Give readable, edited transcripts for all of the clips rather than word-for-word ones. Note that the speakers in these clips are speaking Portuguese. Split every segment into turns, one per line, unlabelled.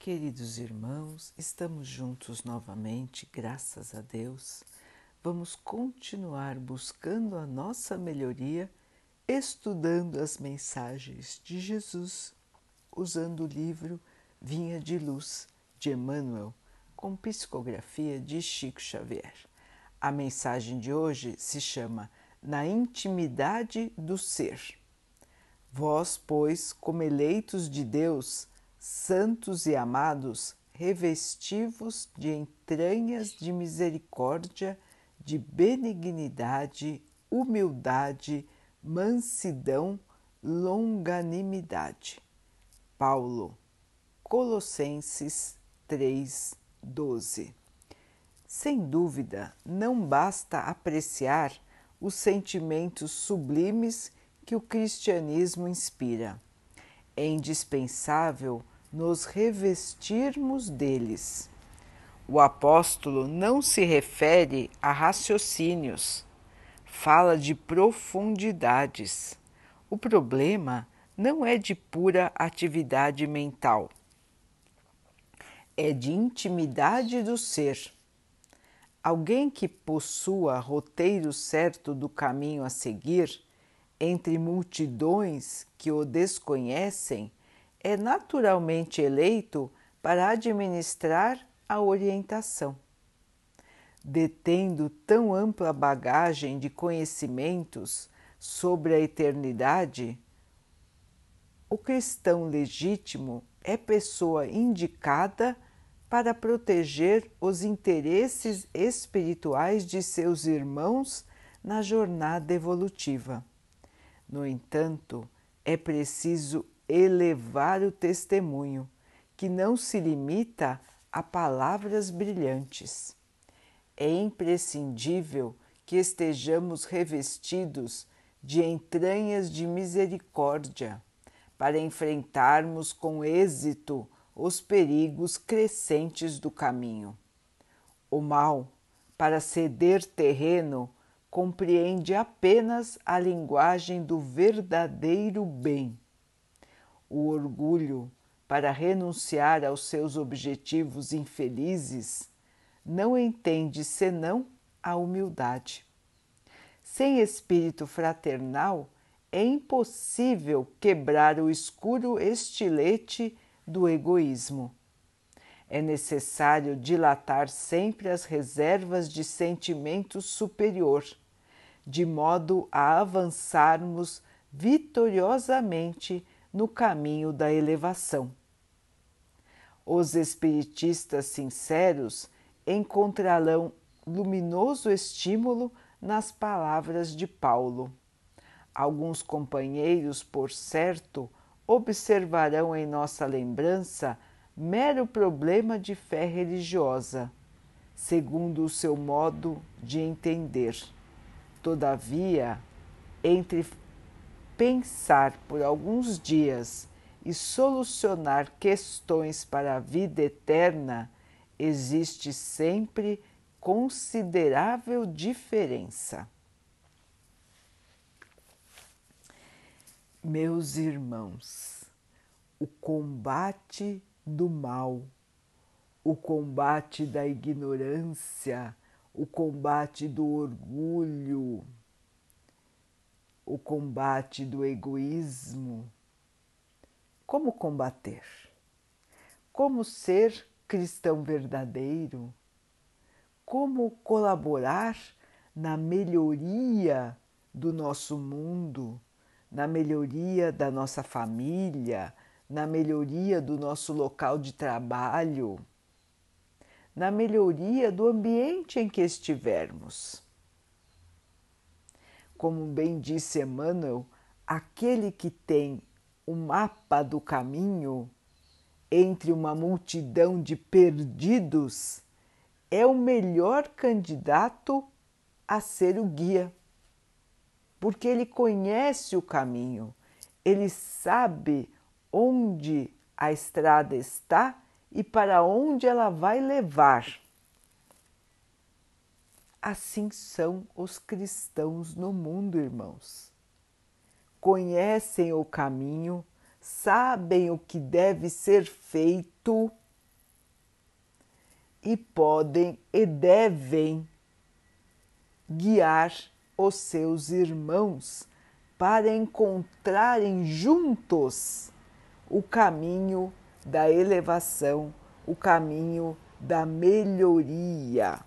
Queridos irmãos, estamos juntos novamente, graças a Deus. Vamos continuar buscando a nossa melhoria, estudando as mensagens de Jesus, usando o livro Vinha de Luz, de Emmanuel, com psicografia de Chico Xavier. A mensagem de hoje se chama Na Intimidade do Ser. Vós, pois, como eleitos de Deus, santos e amados, revesti-vos de entranhas de misericórdia, de benignidade, humildade, mansidão, longanimidade. Paulo, Colossenses 3:12. Sem dúvida, não basta apreciar os sentimentos sublimes que o cristianismo inspira. É indispensável nos revestirmos deles. O apóstolo não se refere a raciocínios, fala de profundidades. O problema não é de pura atividade mental, é de intimidade do ser. Alguém que possua roteiro certo do caminho a seguir, entre multidões que o desconhecem, é naturalmente eleito para administrar a orientação. Detendo tão ampla bagagem de conhecimentos sobre a eternidade, o cristão legítimo é pessoa indicada para proteger os interesses espirituais de seus irmãos na jornada evolutiva. No entanto, é preciso elevar o testemunho, que não se limita a palavras brilhantes. É imprescindível que estejamos revestidos de entranhas de misericórdia para enfrentarmos com êxito os perigos crescentes do caminho. O mal, para ceder terreno, compreende apenas a linguagem do verdadeiro bem. O orgulho, para renunciar aos seus objetivos infelizes, não entende senão a humildade. Sem espírito fraternal, é impossível quebrar o escuro estilete do egoísmo. É necessário dilatar sempre as reservas de sentimento superior, de modo a avançarmos vitoriosamente no caminho da elevação. Os espiritistas sinceros encontrarão luminoso estímulo nas palavras de Paulo. Alguns companheiros, por certo, observarão em nossa lembrança mero problema de fé religiosa, segundo o seu modo de entender. Todavia, entre pensar por alguns dias e solucionar questões para a vida eterna, existe sempre considerável diferença. Meus irmãos, o combate do mal, o combate da ignorância, o combate do orgulho, o combate do egoísmo. Como combater? Como ser cristão verdadeiro? Como colaborar na melhoria do nosso mundo, na melhoria da nossa família, na melhoria do nosso local de trabalho, na melhoria do ambiente em que estivermos? Como bem disse Emmanuel, aquele que tem o mapa do caminho entre uma multidão de perdidos é o melhor candidato a ser o guia, porque ele conhece o caminho, ele sabe onde a estrada está e para onde ela vai levar. Assim são os cristãos no mundo, irmãos. Conhecem o caminho, sabem o que deve ser feito e podem e devem guiar os seus irmãos para encontrarem juntos o caminho da elevação, o caminho da melhoria.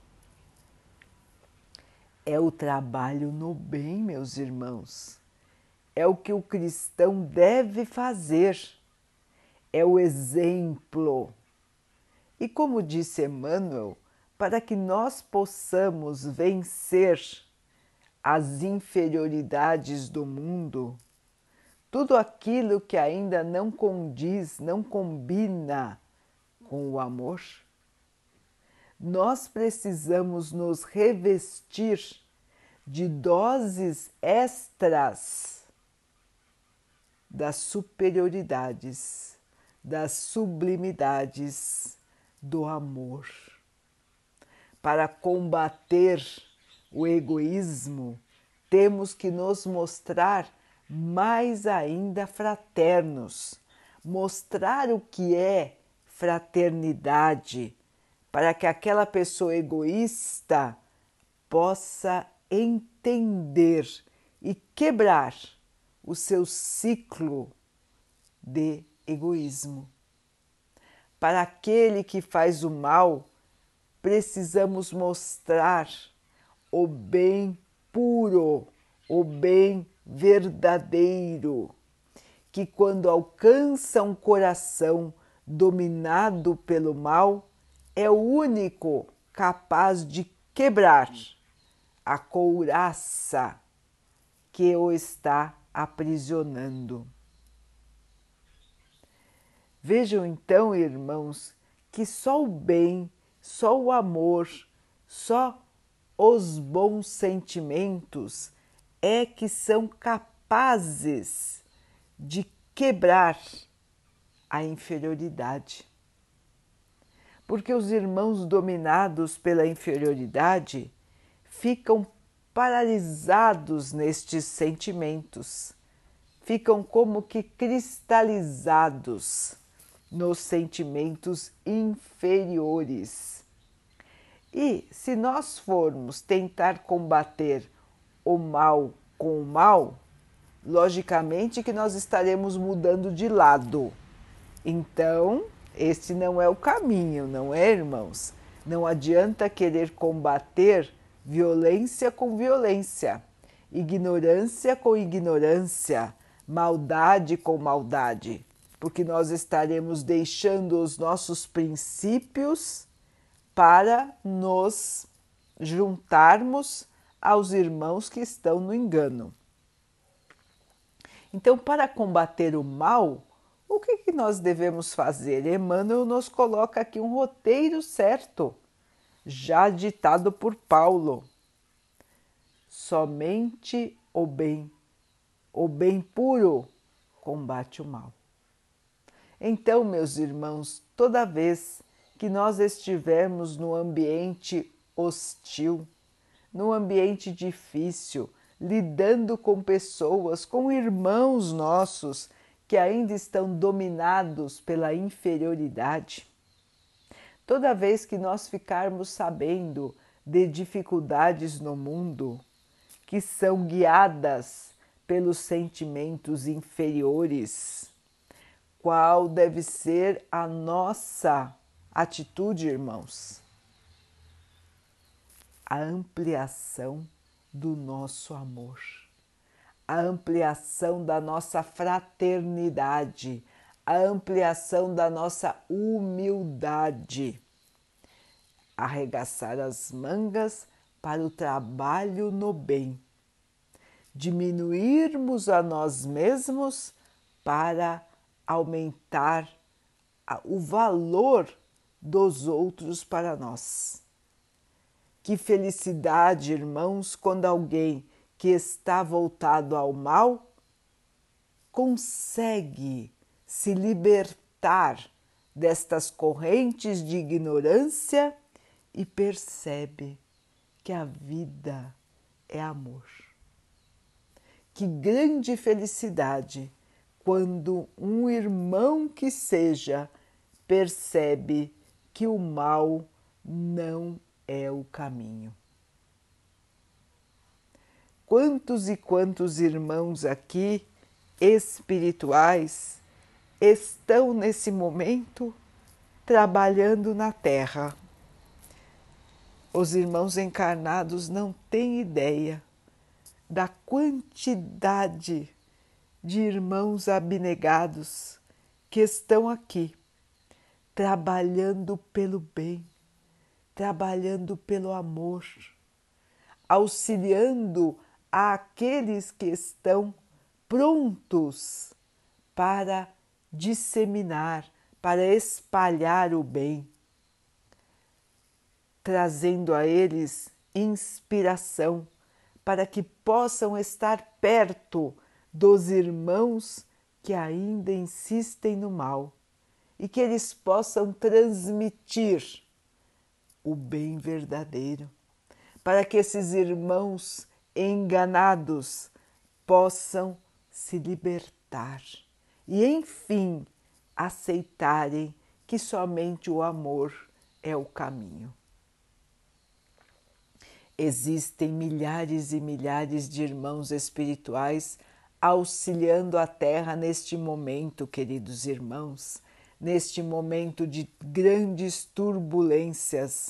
É o trabalho no bem, meus irmãos. É o que o cristão deve fazer. É o exemplo. E como disse Emmanuel, para que nós possamos vencer as inferioridades do mundo, tudo aquilo que ainda não condiz, não combina com o amor, nós precisamos nos revestir de doses extras das superioridades, das sublimidades do amor. Para combater o egoísmo, temos que nos mostrar mais ainda fraternos, mostrar o que é fraternidade, para que aquela pessoa egoísta possa entender e quebrar o seu ciclo de egoísmo. Para aquele que faz o mal, precisamos mostrar o bem puro, o bem verdadeiro, que quando alcança um coração dominado pelo mal, é o único capaz de quebrar a couraça que o está aprisionando. Vejam então, irmãos, que só o bem, só o amor, só os bons sentimentos é que são capazes de quebrar a inferioridade. Porque os irmãos dominados pela inferioridade ficam paralisados nestes sentimentos, ficam como que cristalizados nos sentimentos inferiores. E se nós formos tentar combater o mal com o mal, logicamente que nós estaremos mudando de lado. Então, esse não é o caminho, não é, irmãos? Não adianta querer combater violência com violência, ignorância com ignorância, maldade com maldade, porque nós estaremos deixando os nossos princípios para nos juntarmos aos irmãos que estão no engano. Então, para combater o mal, o que nós devemos fazer? Emmanuel nos coloca aqui um roteiro certo, já ditado por Paulo. Somente o bem puro combate o mal. Então, meus irmãos, toda vez que nós estivermos no ambiente hostil, no ambiente difícil, lidando com pessoas, com irmãos nossos que ainda estão dominados pela inferioridade, toda vez que nós ficarmos sabendo de dificuldades no mundo que são guiadas pelos sentimentos inferiores, qual deve ser a nossa atitude, irmãos? A ampliação do nosso amor, a ampliação da nossa fraternidade, a ampliação da nossa humildade. Arregaçar as mangas para o trabalho no bem, diminuirmos a nós mesmos para aumentar o valor dos outros para nós. Que felicidade, irmãos, quando alguém que está voltado ao mal consegue se libertar destas correntes de ignorância e percebe que a vida é amor. Que grande felicidade quando um irmão que seja percebe que o mal não é o caminho. Quantos e quantos irmãos aqui, espirituais, estão nesse momento trabalhando na Terra. Os irmãos encarnados não têm ideia da quantidade de irmãos abnegados que estão aqui, trabalhando pelo bem, trabalhando pelo amor, auxiliando àqueles que estão prontos para disseminar, para espalhar o bem, trazendo a eles inspiração para que possam estar perto dos irmãos que ainda insistem no mal e que eles possam transmitir o bem verdadeiro, para que esses irmãos enganados possam se libertar e, enfim, aceitarem que somente o amor é o caminho. Existem milhares e milhares de irmãos espirituais auxiliando a Terra neste momento, queridos irmãos, neste momento de grandes turbulências.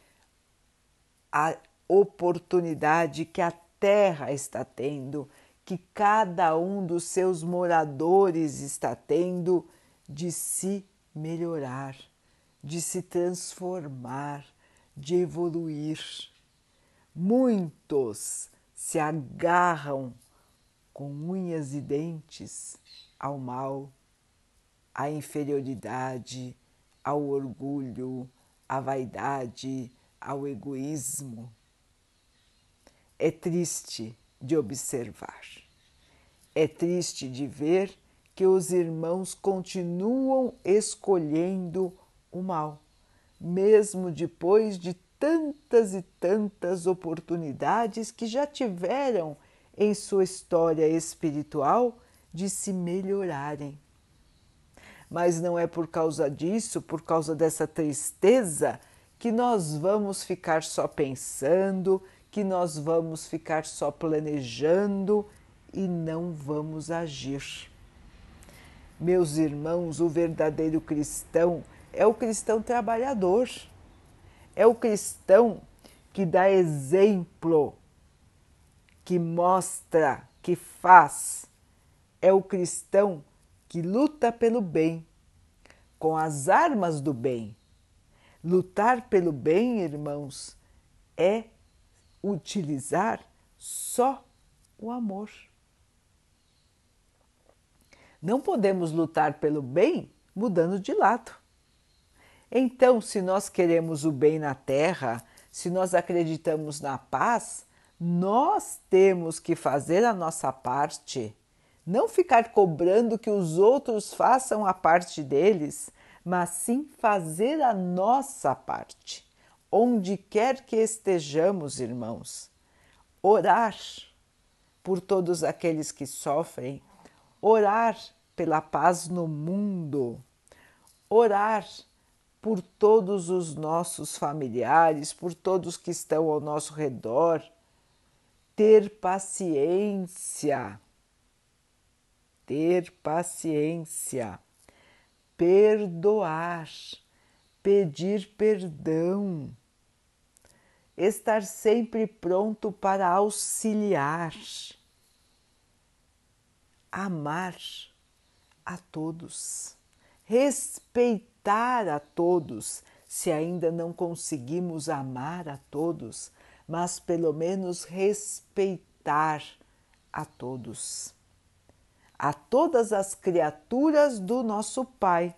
A oportunidade que a Terra está tendo, que cada um dos seus moradores está tendo de se melhorar, de se transformar, de evoluir. Muitos se agarram com unhas e dentes ao mal, à inferioridade, ao orgulho, à vaidade, ao egoísmo. É triste de observar, é triste de ver que os irmãos continuam escolhendo o mal, mesmo depois de tantas e tantas oportunidades que já tiveram em sua história espiritual de se melhorarem. Mas não é por causa disso, por causa dessa tristeza, que nós vamos ficar só pensando, que nós vamos ficar só planejando e não vamos agir. Meus irmãos, o verdadeiro cristão é o cristão trabalhador. É o cristão que dá exemplo, que mostra, que faz. É o cristão que luta pelo bem, com as armas do bem. Lutar pelo bem, irmãos, é utilizar só o amor. Não podemos lutar pelo bem mudando de lado. Então, se nós queremos o bem na Terra, se nós acreditamos na paz, nós temos que fazer a nossa parte, não ficar cobrando que os outros façam a parte deles, mas sim fazer a nossa parte, onde quer que estejamos, irmãos. Orar por todos aqueles que sofrem, orar pela paz no mundo, orar por todos os nossos familiares, por todos que estão ao nosso redor, ter paciência, perdoar, pedir perdão, estar sempre pronto para auxiliar, amar a todos, respeitar a todos, se ainda não conseguimos amar a todos, mas pelo menos respeitar a todas as criaturas do nosso Pai.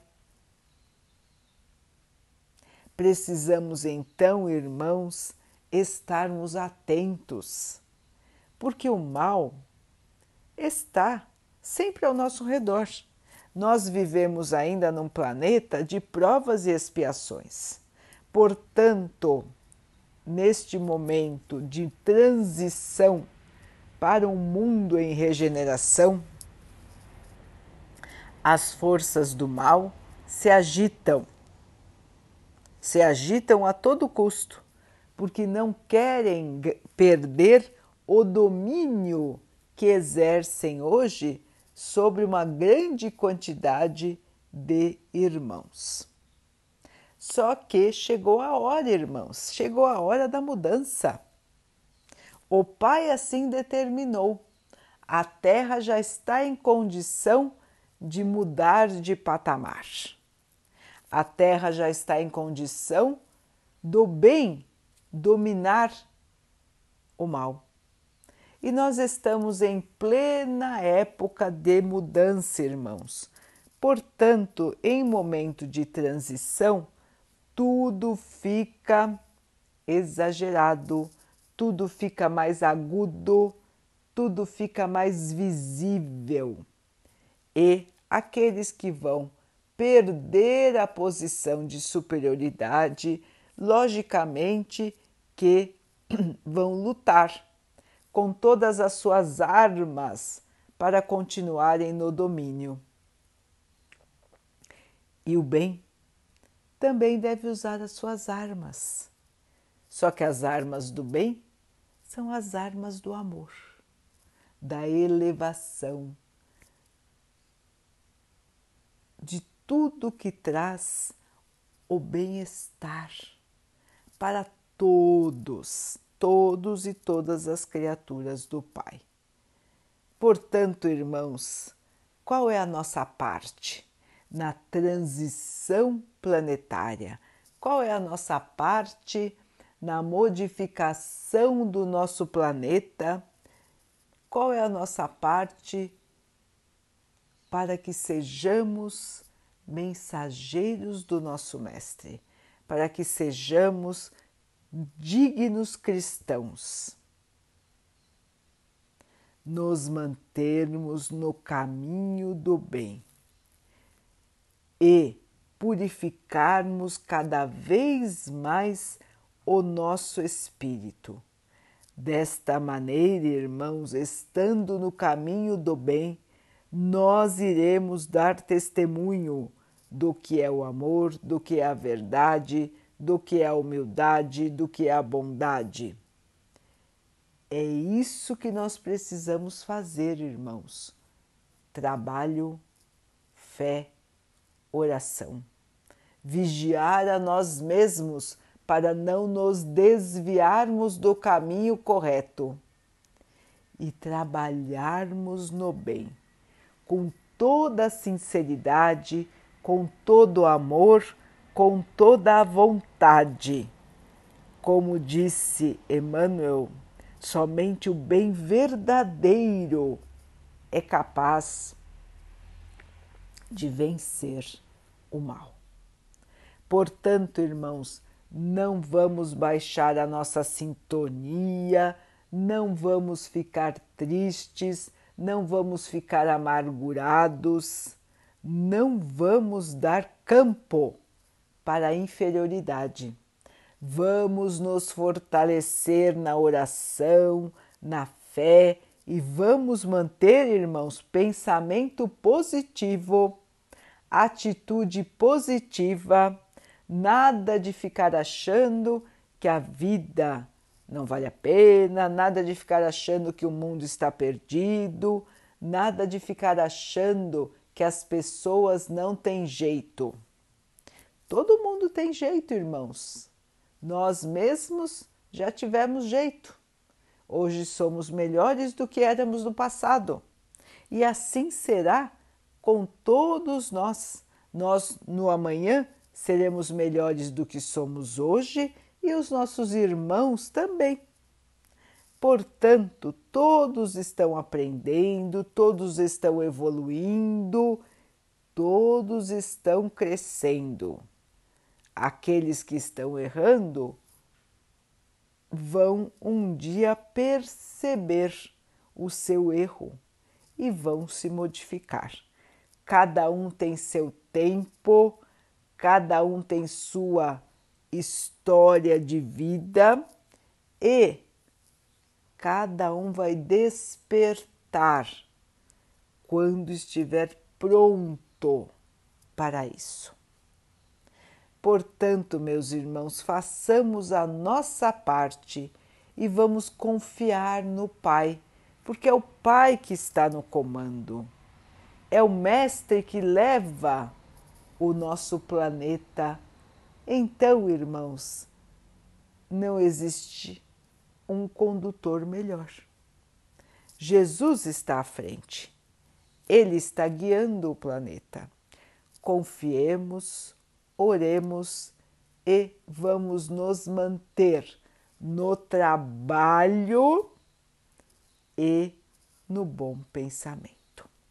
Precisamos então, irmãos, estarmos atentos, porque o mal está sempre ao nosso redor. Nós vivemos ainda num planeta de provas e expiações. Portanto, neste momento de transição para um mundo em regeneração, as forças do mal se agitam. se agitam a todo custo, porque não querem perder o domínio que exercem hoje sobre uma grande quantidade de irmãos. Só que chegou a hora, irmãos, chegou a hora da mudança. O Pai assim determinou. A Terra já está em condição de mudar de patamar. A Terra já está em condição do bem dominar o mal. E nós estamos em plena época de mudança, irmãos. Portanto, em momento de transição, tudo fica exagerado, tudo fica mais agudo, tudo fica mais visível. E aqueles que vão perder a posição de superioridade, logicamente que vão lutar com todas as suas armas para continuarem no domínio. E o bem também deve usar as suas armas. Só que as armas do bem são as armas do amor, da elevação, de tudo que traz o bem-estar para todos, todos e todas as criaturas do Pai. Portanto, irmãos, qual é a nossa parte na transição planetária? Qual é a nossa parte na modificação do nosso planeta? Qual é a nossa parte para que sejamos mensageiros do nosso Mestre, para que sejamos dignos cristãos? Nos mantermos no caminho do bem e purificarmos cada vez mais o nosso espírito. Desta maneira, irmãos, estando no caminho do bem, nós iremos dar testemunho do que é o amor, do que é a verdade, do que é a humildade, do que é a bondade. É isso que nós precisamos fazer, irmãos. Trabalho, fé, oração. Vigiar a nós mesmos para não nos desviarmos do caminho correto e trabalharmos no bem, com toda a sinceridade, com todo o amor, com toda a vontade. Como disse Emmanuel, somente o bem verdadeiro é capaz de vencer o mal. Portanto, irmãos, não vamos baixar a nossa sintonia, não vamos ficar tristes, não vamos ficar amargurados, não vamos dar campo para a inferioridade. Vamos nos fortalecer na oração, na fé e vamos manter, irmãos, pensamento positivo, atitude positiva, nada de ficar achando que a vida não vale a pena, nada de ficar achando que o mundo está perdido, nada de ficar achando que as pessoas não têm jeito. Todo mundo tem jeito, irmãos. Nós mesmos já tivemos jeito. Hoje somos melhores do que éramos no passado. E assim será com todos nós. Nós, no amanhã, seremos melhores do que somos hoje e os nossos irmãos também. Portanto, todos estão aprendendo, todos estão evoluindo, todos estão crescendo. Aqueles que estão errando vão um dia perceber o seu erro e vão se modificar. Cada um tem seu tempo, cada um tem sua história de vida e cada um vai despertar quando estiver pronto para isso. Portanto, meus irmãos, façamos a nossa parte e vamos confiar no Pai, porque é o Pai que está no comando. É o Mestre que leva o nosso planeta. Então, irmãos, não existe um condutor melhor. Jesus está à frente. Ele está guiando o planeta. Confiemos, oremos e vamos nos manter no trabalho e no bom pensamento.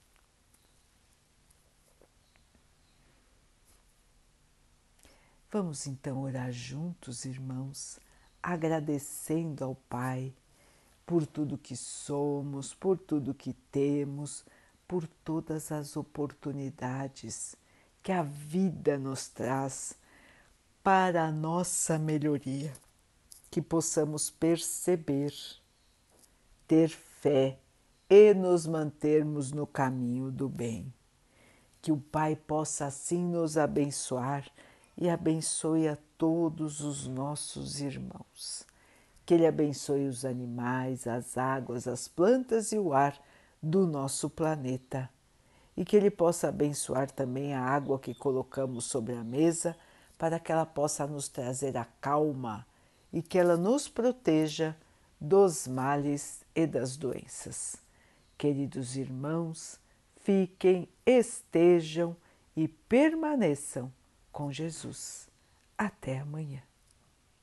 Vamos então orar juntos, irmãos, agradecendo ao Pai por tudo que somos, por tudo que temos, por todas as oportunidades que a vida nos traz para a nossa melhoria, que possamos perceber, ter fé e nos mantermos no caminho do bem. Que o Pai possa assim nos abençoar e abençoe a todos os nossos irmãos. Que Ele abençoe os animais, as águas, as plantas e o ar do nosso planeta. E que Ele possa abençoar também a água que colocamos sobre a mesa para que ela possa nos trazer a calma e que ela nos proteja dos males e das doenças. Queridos irmãos, fiquem, estejam e permaneçam com Jesus. Até amanhã.